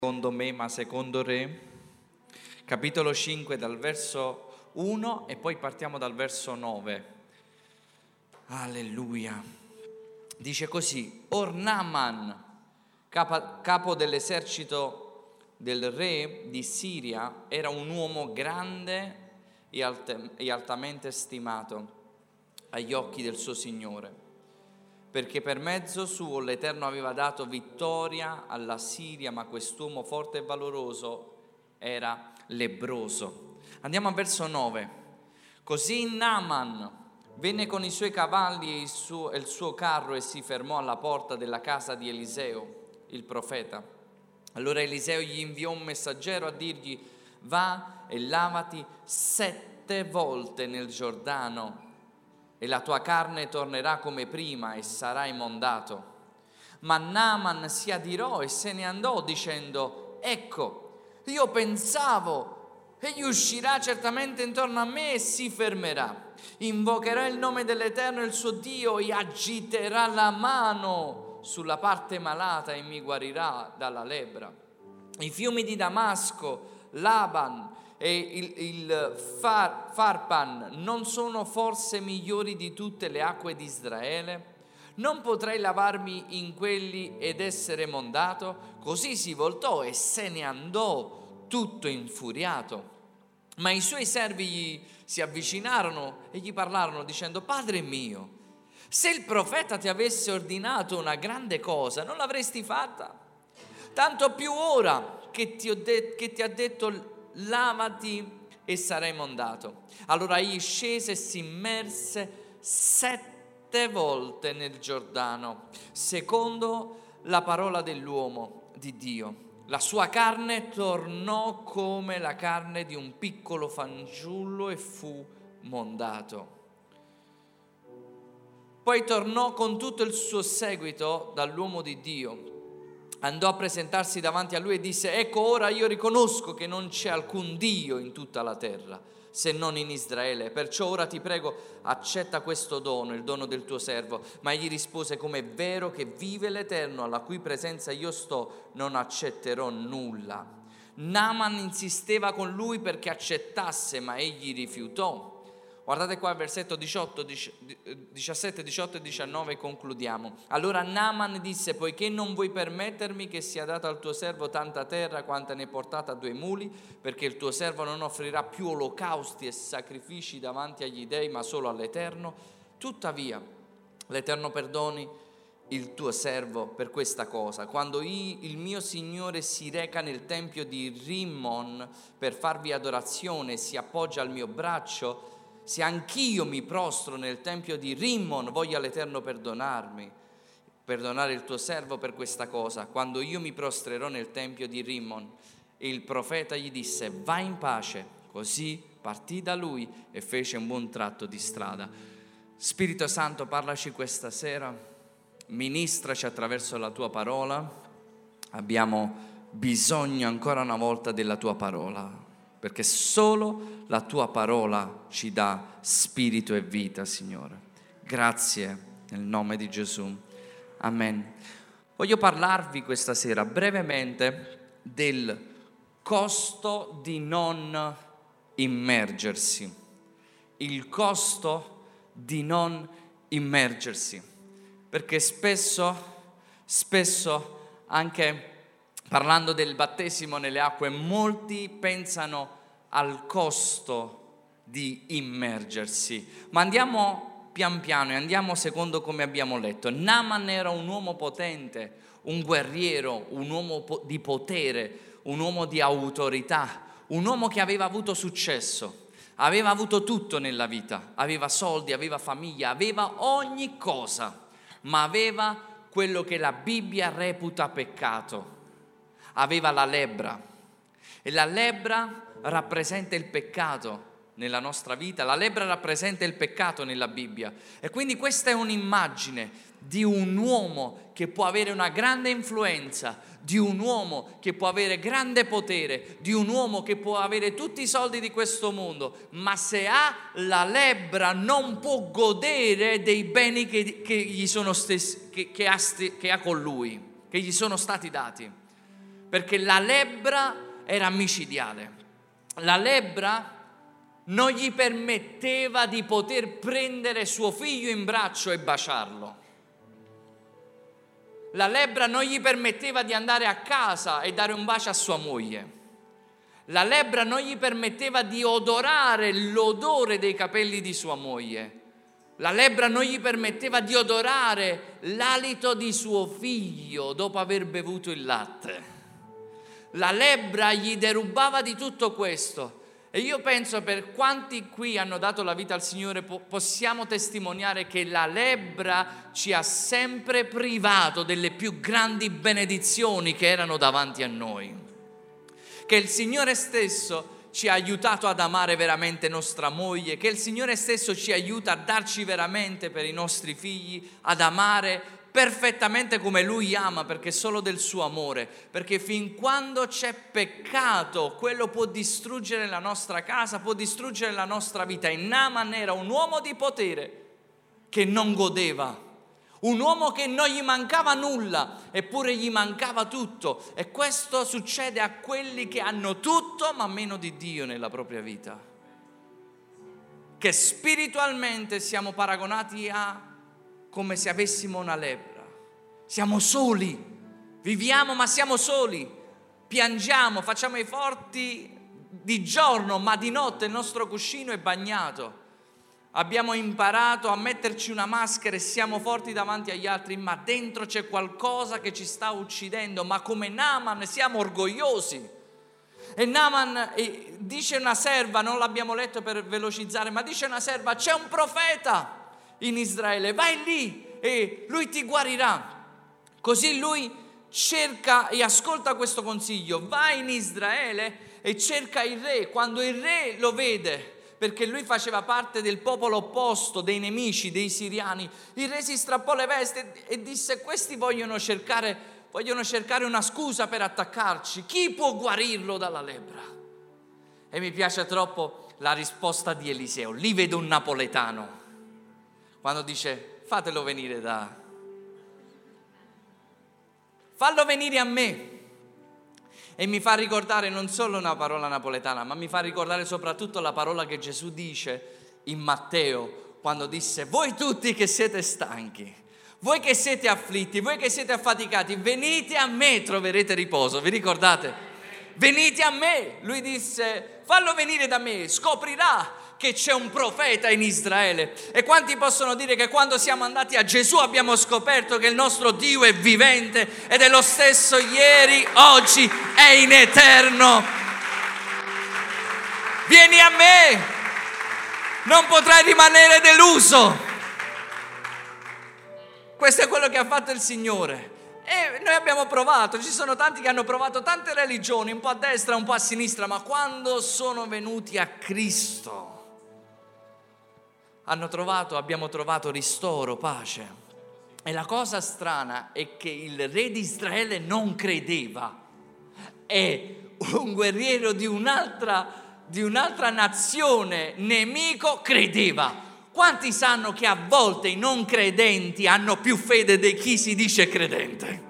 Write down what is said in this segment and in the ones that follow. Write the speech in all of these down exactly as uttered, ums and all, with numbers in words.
Secondo me, ma secondo Re, capitolo cinque dal verso uno e poi partiamo dal verso nove. Alleluia. Dice così: Or Naaman, capo, capo dell'esercito del re di Siria, era un uomo grande e, alt- e altamente stimato agli occhi del suo Signore, perché per mezzo suo l'Eterno aveva dato vittoria alla Siria, ma quest'uomo forte e valoroso era lebbroso. Andiamo al verso nove. Così Naaman venne con i suoi cavalli e il suo, e il suo carro e si fermò alla porta della casa di Eliseo, il profeta. Allora Eliseo gli inviò un messaggero a dirgli: va e lavati sette volte nel Giordano, e la tua carne tornerà come prima e sarai mondato. Ma Naaman si adirò e se ne andò dicendo: ecco, io pensavo, egli uscirà certamente intorno a me e si fermerà, invocherà il nome dell'Eterno il suo Dio e agiterà la mano sulla parte malata e mi guarirà dalla lebbra. I fiumi di Damasco, Laban e il, il Far, Farpan non sono forse migliori di tutte le acque di Israele? Non potrei lavarmi in quelli ed essere mondato? Così si voltò e se ne andò tutto infuriato. Ma i suoi servi gli si avvicinarono e gli parlarono dicendo: Padre mio, se il profeta ti avesse ordinato una grande cosa, non l'avresti fatta? Tanto più ora che ti, ho de- che ti ha detto: lavati e sarai mondato. Allora egli scese e si immerse sette volte nel Giordano, secondo la parola dell'uomo di Dio. La sua carne tornò come la carne di un piccolo fanciullo e fu mondato. Poi tornò con tutto il suo seguito dall'uomo di Dio. Andò a presentarsi davanti a lui e disse: ecco, ora io riconosco che non c'è alcun Dio in tutta la terra se non in Israele, perciò ora ti prego, accetta questo dono, il dono del tuo servo. Ma egli rispose: come è vero che vive l'Eterno alla cui presenza io sto, non accetterò nulla. Naaman insisteva con lui perché accettasse, ma egli rifiutò. Guardate qua il versetto diciotto, diciassette, diciotto e diciannove, concludiamo. Allora Naaman disse: poiché non vuoi permettermi che sia data al tuo servo tanta terra quanta ne è portata a due muli, perché il tuo servo non offrirà più olocausti e sacrifici davanti agli dei, ma solo all'Eterno, tuttavia l'Eterno perdoni il tuo servo per questa cosa. Quando io, il mio Signore si reca nel tempio di Rimmon per farvi adorazione, si appoggia al mio braccio, se anch'io mi prostro nel tempio di Rimmon, voglia l'Eterno perdonarmi, perdonare il tuo servo per questa cosa. Quando io mi prostrerò nel tempio di Rimmon. E il profeta gli disse: vai in pace. Così partì da lui e fece un buon tratto di strada. Spirito Santo, parlaci questa sera, ministraci attraverso la tua parola. Abbiamo bisogno ancora una volta della tua parola, perché solo la tua parola ci dà spirito e vita, Signore. Grazie, nel nome di Gesù. Amen. Voglio parlarvi questa sera brevemente del costo di non immergersi. Il costo di non immergersi. Perché spesso, spesso anche parlando del battesimo nelle acque, molti pensano al costo di immergersi. Ma andiamo pian piano e andiamo secondo come abbiamo letto. Naaman era un uomo potente, un guerriero, un uomo di potere, un uomo di autorità, un uomo che aveva avuto successo, aveva avuto tutto nella vita, aveva soldi, aveva famiglia, aveva ogni cosa, ma aveva quello che la Bibbia reputa peccato. Aveva la lebbra, e la lebbra rappresenta il peccato nella nostra vita, la lebbra rappresenta il peccato nella Bibbia, e quindi questa è un'immagine di un uomo che può avere una grande influenza, di un uomo che può avere grande potere, di un uomo che può avere tutti i soldi di questo mondo, ma se ha la lebbra non può godere dei beni che, che, gli sono stessi, che, che, ha, che ha con lui, che gli sono stati dati. perché la lebbra era micidiale. La lebbra non gli permetteva di poter prendere suo figlio in braccio e baciarlo. La lebbra non gli permetteva di andare a casa e dare un bacio a sua moglie. La lebbra non gli permetteva di odorare l'odore dei capelli di sua moglie. La lebbra non gli permetteva di odorare l'alito di suo figlio dopo aver bevuto il latte. La lebbra gli derubava di tutto questo. E io penso, per quanti qui hanno dato la vita al Signore, po- possiamo testimoniare che la lebbra ci ha sempre privato delle più grandi benedizioni che erano davanti a noi. Che il Signore stesso ci ha aiutato ad amare veramente nostra moglie, che il Signore stesso ci aiuta a darci veramente per i nostri figli, ad amare perfettamente come Lui ama, perché solo del suo amore, perché fin quando c'è peccato, quello può distruggere la nostra casa, può distruggere la nostra vita. E Naaman era un uomo di potere che non godeva, un uomo che non gli mancava nulla, eppure gli mancava tutto. E questo succede a quelli che hanno tutto ma meno di Dio nella propria vita, che spiritualmente siamo paragonati a come se avessimo una lebbra. Siamo soli, viviamo ma siamo soli, piangiamo, facciamo i forti di giorno, ma di notte il nostro cuscino è bagnato. Abbiamo imparato a metterci una maschera e siamo forti davanti agli altri, ma dentro c'è qualcosa che ci sta uccidendo. Ma come Naaman siamo orgogliosi. E Naaman eh, dice una serva, non l'abbiamo letto per velocizzare, ma dice una serva: c'è un profeta in Israele, vai lì e lui ti guarirà. Così lui cerca e ascolta questo consiglio, va in Israele e cerca il re. Quando il re lo vede, perché lui faceva parte del popolo opposto, dei nemici, dei siriani, il re si strappò le vesti e disse: questi vogliono cercare, vogliono cercare una scusa per attaccarci, chi può guarirlo dalla lebbra? E mi piace troppo la risposta di Eliseo. Lì vedo un napoletano quando dice: fatelo venire da fallo venire a me. E mi fa ricordare non solo una parola napoletana, ma mi fa ricordare soprattutto la parola che Gesù dice in Matteo, quando disse: voi tutti che siete stanchi, voi che siete afflitti, voi che siete affaticati, venite a me, troverete riposo. Vi ricordate? Venite a me. Lui disse: fallo venire da me, scoprirà che c'è un profeta in Israele. E quanti possono dire che quando siamo andati a Gesù abbiamo scoperto che il nostro Dio è vivente ed è lo stesso ieri, oggi e in eterno? Vieni a me, non potrai rimanere deluso. Questo è quello che ha fatto il Signore. E noi abbiamo provato, ci sono tanti che hanno provato tante religioni, un po' a destra, un po' a sinistra, ma quando sono venuti a Cristo hanno trovato, abbiamo trovato ristoro, pace. E la cosa strana è che il re di Israele non credeva, e un guerriero di un'altra, di un'altra nazione nemico credeva. Quanti sanno che a volte i non credenti hanno più fede di chi si dice credente?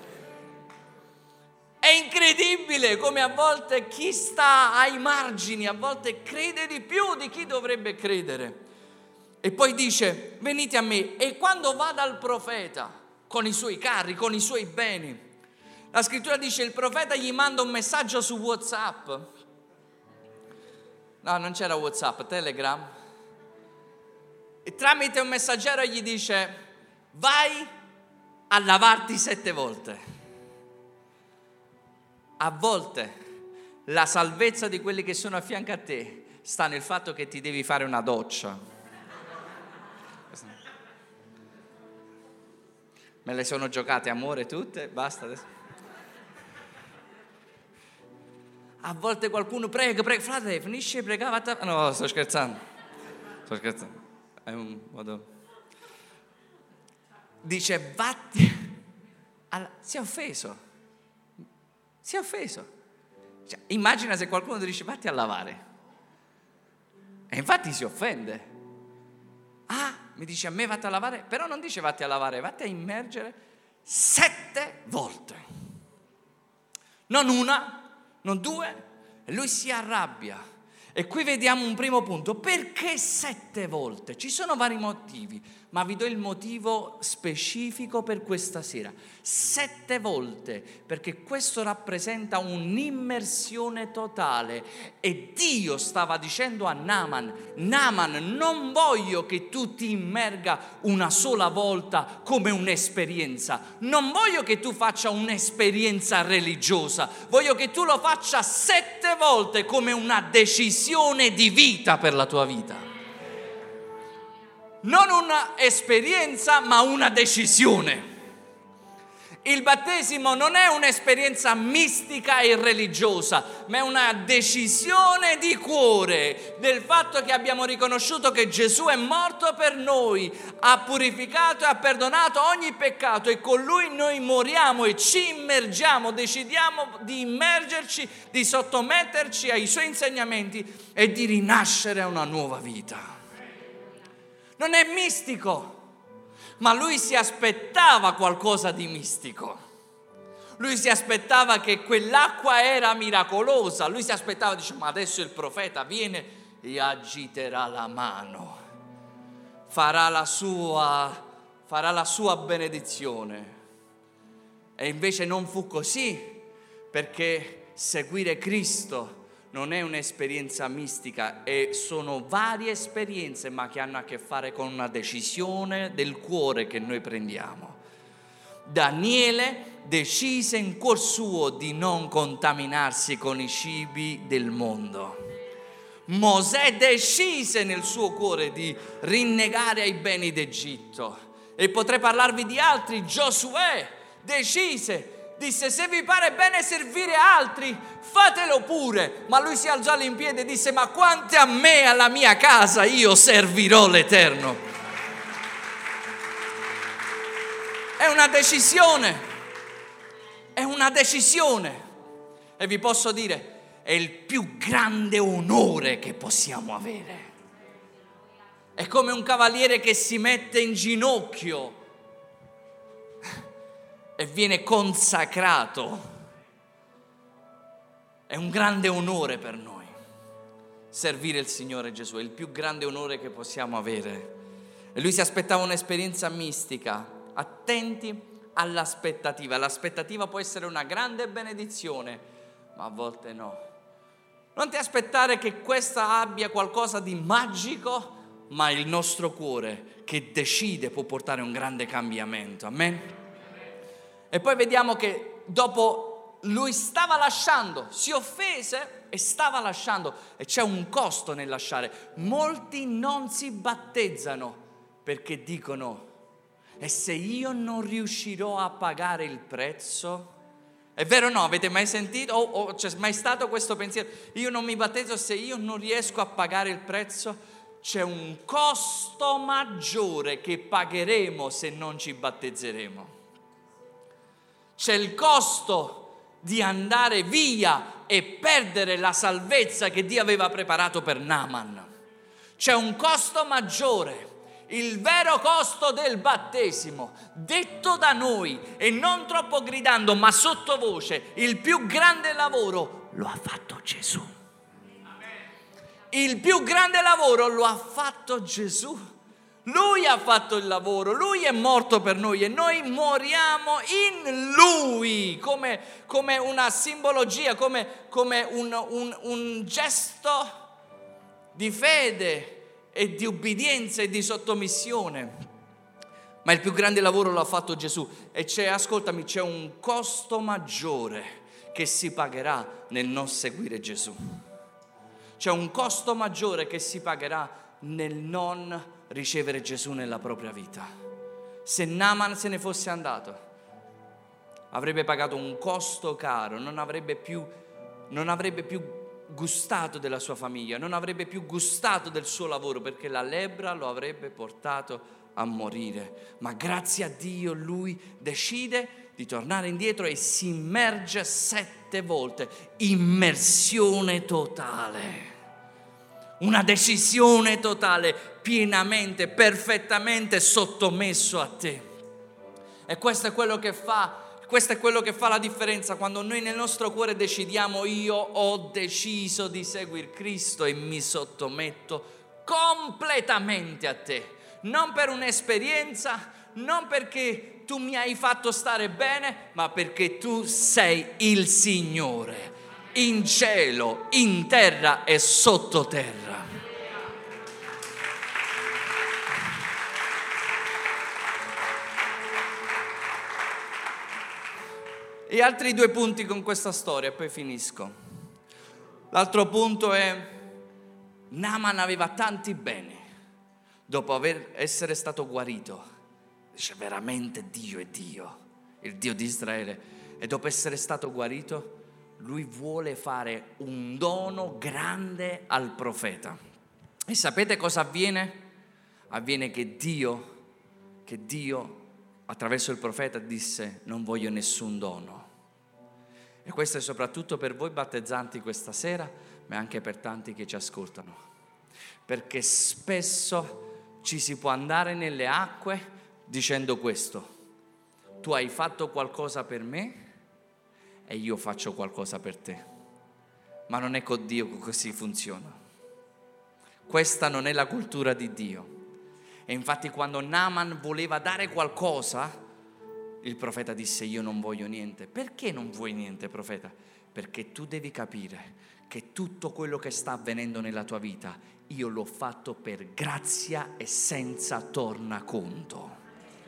È incredibile come a volte chi sta ai margini a volte crede di più di chi dovrebbe credere. E poi dice: venite a me. E quando va dal profeta con i suoi carri, con i suoi beni, la scrittura dice il profeta gli manda un messaggio su WhatsApp. No, non c'era WhatsApp, Telegram. E tramite un messaggero gli dice: vai a lavarti sette volte. A volte la salvezza di quelli che sono a fianco a te sta nel fatto che ti devi fare una doccia. Me le sono giocate, amore, tutte, basta adesso. A volte qualcuno prega, prega, frate, finisce, pregava. Ta- no, sto scherzando. Sto scherzando. È un modo. Dice: vatti. Alla... Si è offeso. Si è offeso. Cioè, immagina se qualcuno ti dice: vatti a lavare. E infatti si offende. Ah, mi dice a me vatti a lavare, però non dice vatti a lavare, vatti a immergere sette volte. Non una, non due, e lui si arrabbia. E qui vediamo un primo punto. Perché sette volte? Ci sono vari motivi, ma vi do il motivo specifico per questa sera. Sette volte, perché questo rappresenta un'immersione totale. E Dio stava dicendo a Naaman: Naaman, non voglio che tu ti immerga una sola volta come un'esperienza. Non voglio che tu faccia un'esperienza religiosa. Voglio che tu lo faccia sette volte come una decisione di vita per la tua vita. Non un'esperienza, ma una decisione. Il battesimo non è un'esperienza mistica e religiosa, ma è una decisione di cuore del fatto che abbiamo riconosciuto che Gesù è morto per noi, ha purificato e ha perdonato ogni peccato, e con Lui noi moriamo e ci immergiamo, decidiamo di immergerci, di sottometterci ai Suoi insegnamenti e di rinascere a una nuova vita. Non è mistico, ma lui si aspettava qualcosa di mistico. Lui si aspettava che quell'acqua era miracolosa. Lui si aspettava, dice: ma adesso il profeta viene e agiterà la mano, farà la sua, farà la sua benedizione. E invece non fu così, perché seguire Cristo non è un'esperienza mistica, e sono varie esperienze, ma che hanno a che fare con una decisione del cuore che noi prendiamo. Daniele decise in cuor suo di non contaminarsi con i cibi del mondo. Mosè decise nel suo cuore di rinnegare ai beni d'Egitto. E potrei parlarvi di altri. Giosuè decise, disse: se vi pare bene servire altri, fatelo pure. Ma lui si alzò in piedi e disse: ma quanto a me e alla mia casa, io servirò l'Eterno. È una decisione, è una decisione. E vi posso dire, è il più grande onore che possiamo avere. È come un cavaliere che si mette in ginocchio e viene consacrato. È un grande onore per noi servire il Signore Gesù, è il più grande onore che possiamo avere. E lui si aspettava un'esperienza mistica. Attenti all'aspettativa. L'aspettativa può essere una grande benedizione, ma a volte no. Non ti aspettare che questa abbia qualcosa di magico, ma il nostro cuore che decide può portare un grande cambiamento. Amen. E poi vediamo che dopo lui stava lasciando, si offese e stava lasciando, e c'è un costo nel lasciare. Molti non si battezzano perché dicono: e se io non riuscirò a pagare il prezzo? È vero o no? Avete mai sentito? O, o c'è mai stato questo pensiero? Io non mi battezzo se io non riesco a pagare il prezzo? C'è un costo maggiore che pagheremo se non ci battezzeremo. C'è il costo di andare via e perdere la salvezza che Dio aveva preparato per Naaman. C'è un costo maggiore, il vero costo del battesimo, detto da noi e non troppo gridando, ma sottovoce: il più grande lavoro lo ha fatto Gesù. Il più grande lavoro lo ha fatto Gesù. Lui ha fatto il lavoro, Lui è morto per noi e noi moriamo in Lui, come, come una simbologia, come, come un, un, un gesto di fede e di ubbidienza e di sottomissione. Ma il più grande lavoro l'ha fatto Gesù, e c'è, ascoltami, c'è un costo maggiore che si pagherà nel non seguire Gesù. C'è un costo maggiore che si pagherà nel non ricevere Gesù nella propria vita. Se Naaman se ne fosse andato, avrebbe pagato un costo caro, non avrebbe più, non avrebbe più gustato della sua famiglia, non avrebbe più gustato del suo lavoro, perché la lebbra lo avrebbe portato a morire. Ma grazie a Dio lui decide di tornare indietro e si immerge sette volte. Immersione totale. Una decisione totale, pienamente, perfettamente sottomesso a te. E questo è quello che fa Questo è quello che fa la differenza quando noi nel nostro cuore decidiamo: io ho deciso di seguire Cristo e mi sottometto completamente a te, non per un'esperienza, non perché tu mi hai fatto stare bene, ma perché tu sei il Signore, in cielo, in terra e sottoterra. E altri due punti con questa storia e poi finisco. L'altro punto è: Naaman aveva tanti beni. Dopo aver essere stato guarito, dice: veramente Dio è Dio, il Dio di Israele. E dopo essere stato guarito, lui vuole fare un dono grande al profeta. E sapete cosa avviene? Avviene che Dio, che Dio attraverso il profeta disse: non voglio nessun dono. E questo è soprattutto per voi battezzanti questa sera, ma anche per tanti che ci ascoltano, perché spesso ci si può andare nelle acque dicendo questo: tu hai fatto qualcosa per me e io faccio qualcosa per te. Ma non è con Dio che così funziona. Questa non è la cultura di Dio. E infatti quando Naaman voleva dare qualcosa, il profeta disse: io non voglio niente. Perché non vuoi niente, profeta? Perché tu devi capire che tutto quello che sta avvenendo nella tua vita io l'ho fatto per grazia e senza tornaconto.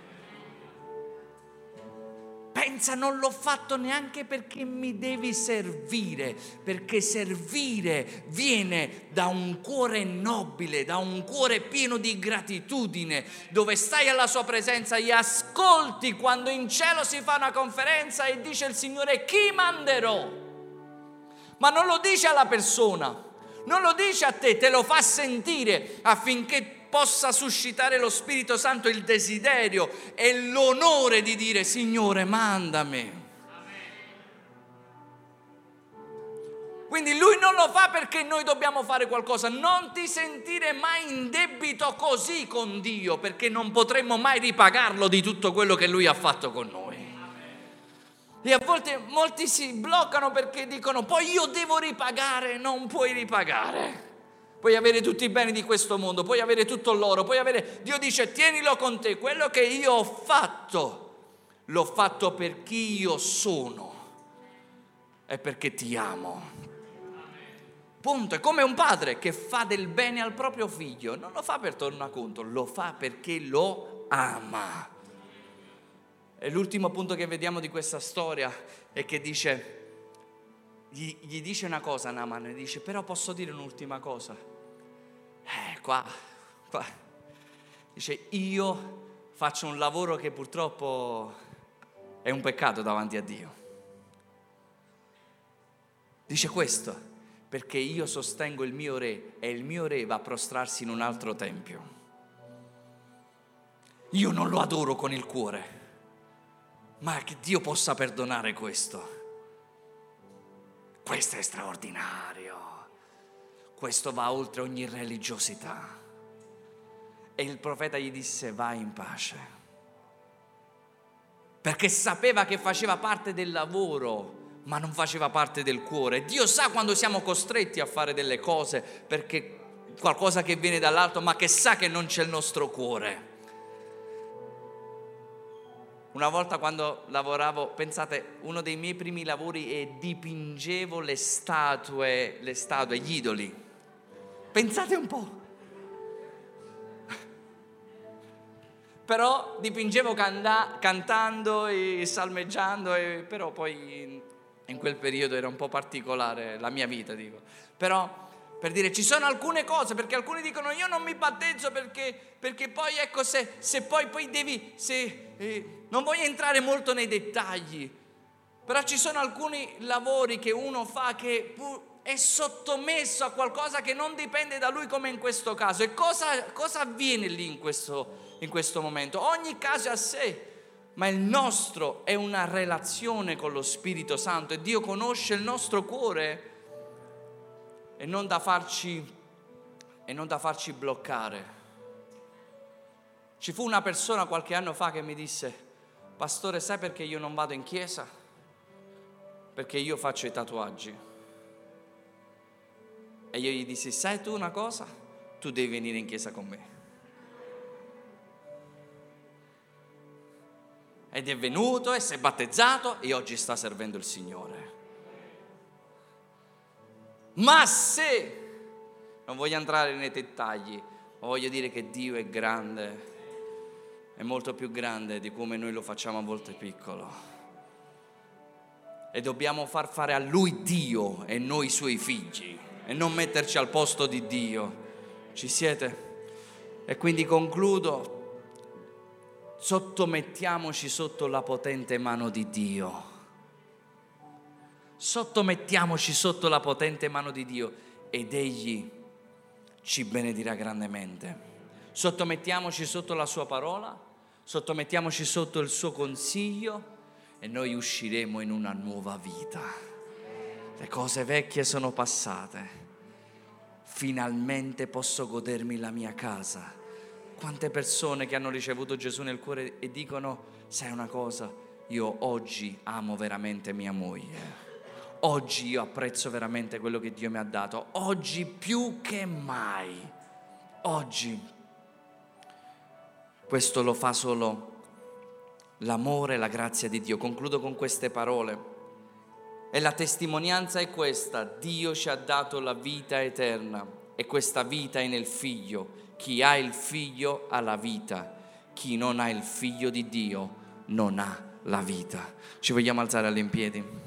Pensa, non l'ho fatto neanche perché mi devi servire, perché servire viene da un cuore nobile, da un cuore pieno di gratitudine, dove stai alla sua presenza e ascolti quando in cielo si fa una conferenza e dice il Signore: chi manderò? Ma non lo dice alla persona, non lo dice a te, te lo fa sentire affinché possa suscitare lo Spirito Santo il desiderio e l'onore di dire: Signore, mandami. Quindi lui non lo fa perché noi dobbiamo fare qualcosa. Non ti sentire mai in debito così con Dio, perché non potremmo mai ripagarlo di tutto quello che lui ha fatto con noi. E a volte molti si bloccano perché dicono: poi io devo ripagare. Non puoi ripagare. Puoi avere tutti i beni di questo mondo, puoi avere tutto l'oro, puoi avere... Dio dice: tienilo con te, quello che io ho fatto, l'ho fatto per chi io sono e perché ti amo. Punto. È come un padre che fa del bene al proprio figlio, non lo fa per tornaconto, lo fa perché lo ama. E l'ultimo punto che vediamo di questa storia è che dice... Gli, gli dice una cosa Naaman, e dice: però posso dire un'ultima cosa? Eh, qua, qua. Dice: io faccio un lavoro che purtroppo è un peccato davanti a Dio. Dice questo perché io sostengo il mio re e il mio re va a prostrarsi in un altro tempio. Io non lo adoro con il cuore, ma che Dio possa perdonare questo. Questo è straordinario, questo va oltre ogni religiosità. E il profeta gli disse: vai in pace, perché sapeva che faceva parte del lavoro, ma non faceva parte del cuore. Dio sa quando siamo costretti a fare delle cose perché qualcosa che viene dall'alto, ma che sa che non c'è il nostro cuore. Una volta quando lavoravo, pensate, uno dei miei primi lavori è dipingevo le statue, le statue, gli idoli. Pensate un po'. Però dipingevo canta, cantando e salmeggiando, e, però poi in quel periodo era un po' particolare la mia vita, dico. Però per dire, ci sono alcune cose, perché alcuni dicono: io non mi battezzo perché, perché poi ecco se, se poi, poi devi, se, eh, non voglio entrare molto nei dettagli, però ci sono alcuni lavori che uno fa che è sottomesso a qualcosa che non dipende da lui, come in questo caso. E cosa, cosa avviene lì in questo, in questo momento? Ogni caso è a sé, ma il nostro è una relazione con lo Spirito Santo e Dio conosce il nostro cuore. E non da farci e non da farci bloccare. Ci fu una persona qualche anno fa che mi disse: pastore, sai perché io non vado in chiesa? Perché io faccio i tatuaggi. E io gli dissi, sai tu una cosa? Tu devi venire in chiesa con me. Ed è venuto e si è battezzato e oggi sta servendo il Signore. Ma se, non voglio entrare nei dettagli, ma voglio dire che Dio è grande, è molto più grande di come noi lo facciamo a volte piccolo. E dobbiamo far fare a Lui Dio e noi Suoi figli, e non metterci al posto di Dio. Ci siete? E quindi concludo. Sottomettiamoci sotto la potente mano di Dio. Sottomettiamoci sotto la potente mano di Dio ed Egli ci benedirà grandemente. Sottomettiamoci sotto la sua parola, sottomettiamoci sotto il suo consiglio e noi usciremo in una nuova vita. Le cose vecchie sono passate. Finalmente posso godermi la mia casa. Quante persone che hanno ricevuto Gesù nel cuore e dicono, sai una cosa, io oggi amo veramente mia moglie, oggi io apprezzo veramente quello che Dio mi ha dato, oggi più che mai, oggi. Questo lo fa solo l'amore e la grazia di Dio. Concludo con queste parole e la testimonianza è questa: Dio ci ha dato la vita eterna e questa vita è nel Figlio. Chi ha il Figlio ha la vita, chi non ha il Figlio di Dio non ha la vita. Ci vogliamo alzare all'impiedi?